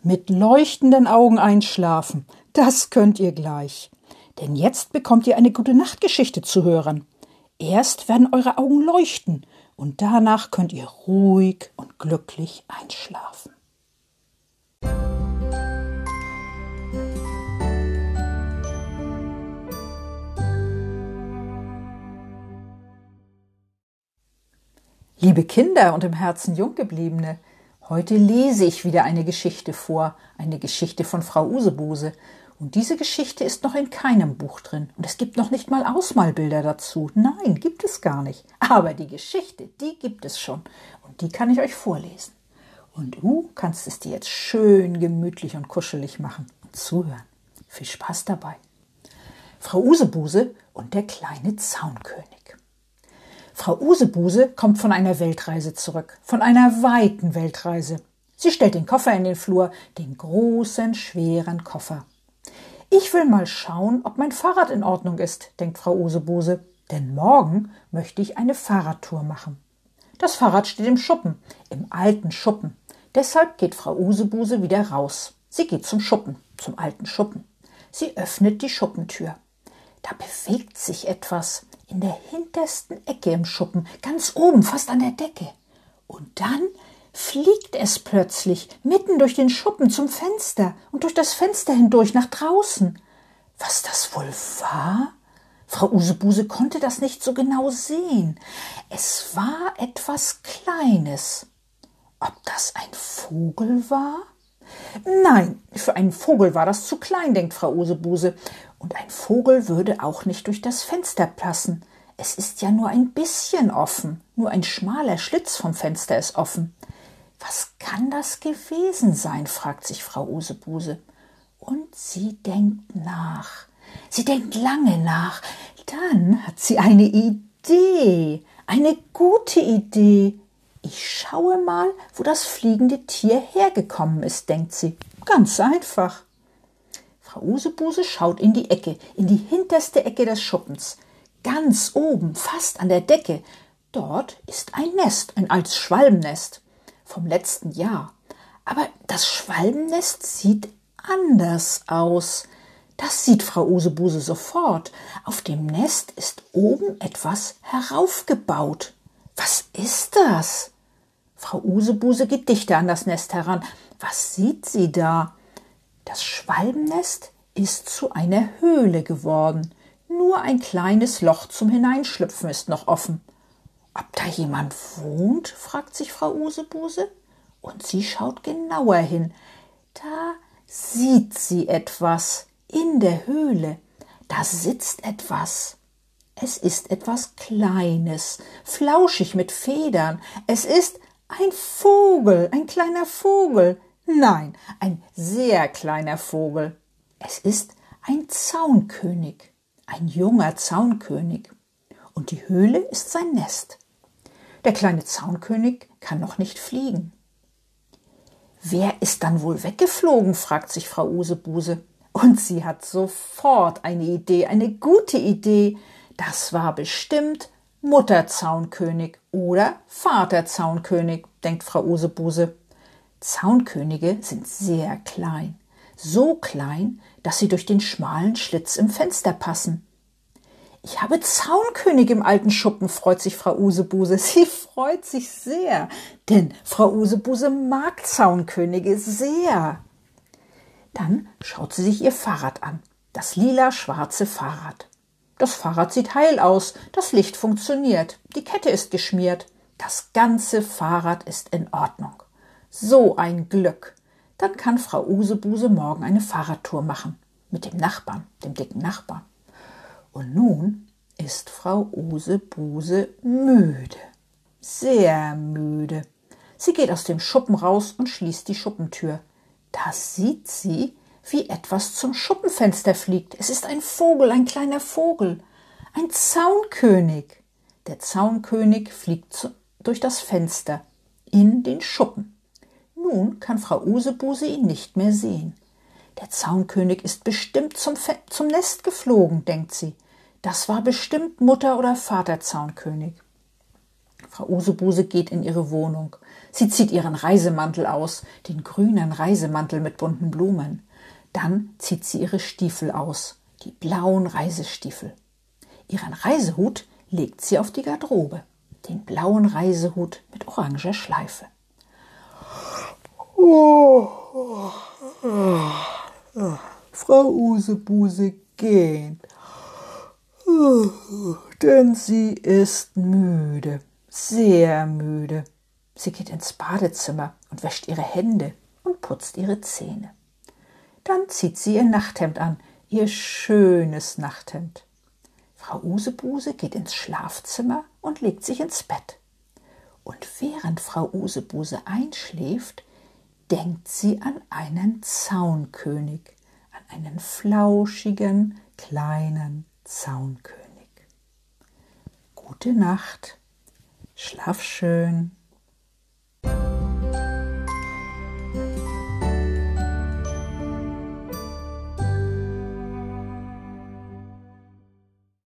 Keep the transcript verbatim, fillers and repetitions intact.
Mit leuchtenden Augen einschlafen, das könnt ihr gleich. Denn jetzt bekommt ihr eine Gute-Nacht-Geschichte zu hören. Erst werden eure Augen leuchten und danach könnt ihr ruhig und glücklich einschlafen. Liebe Kinder und im Herzen Junggebliebene, heute lese ich wieder eine Geschichte vor, eine Geschichte von Frau Usebuse. Und diese Geschichte ist noch in keinem Buch drin. Und es gibt noch nicht mal Ausmalbilder dazu. Nein, gibt es gar nicht. Aber die Geschichte, die gibt es schon. Und die kann ich euch vorlesen. Und du kannst es dir jetzt schön gemütlich und kuschelig machen und zuhören. Viel Spaß dabei. Frau Usebuse und der kleine Zaunkönig. Frau Usebuse kommt von einer Weltreise zurück, von einer weiten Weltreise. Sie stellt den Koffer in den Flur, den großen, schweren Koffer. Ich will mal schauen, ob mein Fahrrad in Ordnung ist, denkt Frau Usebuse, denn morgen möchte ich eine Fahrradtour machen. Das Fahrrad steht im Schuppen, im alten Schuppen. Deshalb geht Frau Usebuse wieder raus. Sie geht zum Schuppen, zum alten Schuppen. Sie öffnet die Schuppentür. Da bewegt sich etwas in der hintersten Ecke im Schuppen, ganz oben, fast an der Decke. Und dann fliegt es plötzlich mitten durch den Schuppen zum Fenster und durch das Fenster hindurch nach draußen. Was das wohl war? Frau Usebuse konnte das nicht so genau sehen. Es war etwas Kleines. Ob das ein Vogel war? Nein, für einen Vogel war das zu klein, denkt Frau Usebuse. Und ein Vogel würde auch nicht durch das Fenster passen. Es ist ja nur ein bisschen offen. Nur ein schmaler Schlitz vom Fenster ist offen. Was kann das gewesen sein, fragt sich Frau Usebuse. Und sie denkt nach. Sie denkt lange nach. Dann hat sie eine Idee. Eine gute Idee. Ich schaue mal, wo das fliegende Tier hergekommen ist, denkt sie. Ganz einfach. Frau Usebuse schaut in die Ecke, in die hinterste Ecke des Schuppens. Ganz oben, fast an der Decke. Dort ist ein Nest, ein altes Schwalbennest vom letzten Jahr. Aber das Schwalbennest sieht anders aus. Das sieht Frau Usebuse sofort. Auf dem Nest ist oben etwas heraufgebaut. Was ist das? Frau Usebuse geht dichter an das Nest heran. Was sieht sie da? Das Schwalbennest ist zu einer Höhle geworden. Nur ein kleines Loch zum Hineinschlüpfen ist noch offen. Ob da jemand wohnt, fragt sich Frau Usebuse. Und sie schaut genauer hin. Da sieht sie etwas in der Höhle. Da sitzt etwas. Es ist etwas Kleines, flauschig mit Federn. Es ist ein Vogel, ein kleiner Vogel. Nein, ein sehr kleiner Vogel. Es ist ein Zaunkönig, ein junger Zaunkönig. Und die Höhle ist sein Nest. Der kleine Zaunkönig kann noch nicht fliegen. Wer ist dann wohl weggeflogen, fragt sich Frau Usebuse. Und sie hat sofort eine Idee, eine gute Idee. Das war bestimmt Mutter Zaunkönig oder Vater Zaunkönig, denkt Frau Usebuse. Zaunkönige sind sehr klein, so klein, dass sie durch den schmalen Schlitz im Fenster passen. Ich habe Zaunkönig im alten Schuppen, freut sich Frau Usebuse. Sie freut sich sehr, denn Frau Usebuse mag Zaunkönige sehr. Dann schaut sie sich ihr Fahrrad an, das lila-schwarze Fahrrad. Das Fahrrad sieht heil aus, das Licht funktioniert, die Kette ist geschmiert. Das ganze Fahrrad ist in Ordnung. So ein Glück. Dann kann Frau Usebuse morgen eine Fahrradtour machen. Mit dem Nachbarn, dem dicken Nachbarn. Und nun ist Frau Usebuse müde. Sehr müde. Sie geht aus dem Schuppen raus und schließt die Schuppentür. Da sieht sie, wie etwas zum Schuppenfenster fliegt. Es ist ein Vogel, ein kleiner Vogel. Ein Zaunkönig. Der Zaunkönig fliegt zu, durch das Fenster in den Schuppen. Nun kann Frau Usebuse ihn nicht mehr sehen. Der Zaunkönig ist bestimmt zum, Fe- zum Nest geflogen, denkt sie. Das war bestimmt Mutter oder Vater Zaunkönig. Frau Usebuse geht in ihre Wohnung. Sie zieht ihren Reisemantel aus, den grünen Reisemantel mit bunten Blumen. Dann zieht sie ihre Stiefel aus, die blauen Reisestiefel. Ihren Reisehut legt sie auf die Garderobe, den blauen Reisehut mit oranger Schleife. Oh, oh, oh, oh. Frau Usebuse geht, oh, denn sie ist müde, sehr müde. Sie geht ins Badezimmer und wäscht ihre Hände und putzt ihre Zähne. Dann zieht sie ihr Nachthemd an, ihr schönes Nachthemd. Frau Usebuse geht ins Schlafzimmer und legt sich ins Bett. Und während Frau Usebuse einschläft, denkt sie an einen Zaunkönig, an einen flauschigen, kleinen Zaunkönig. Gute Nacht, schlaf schön.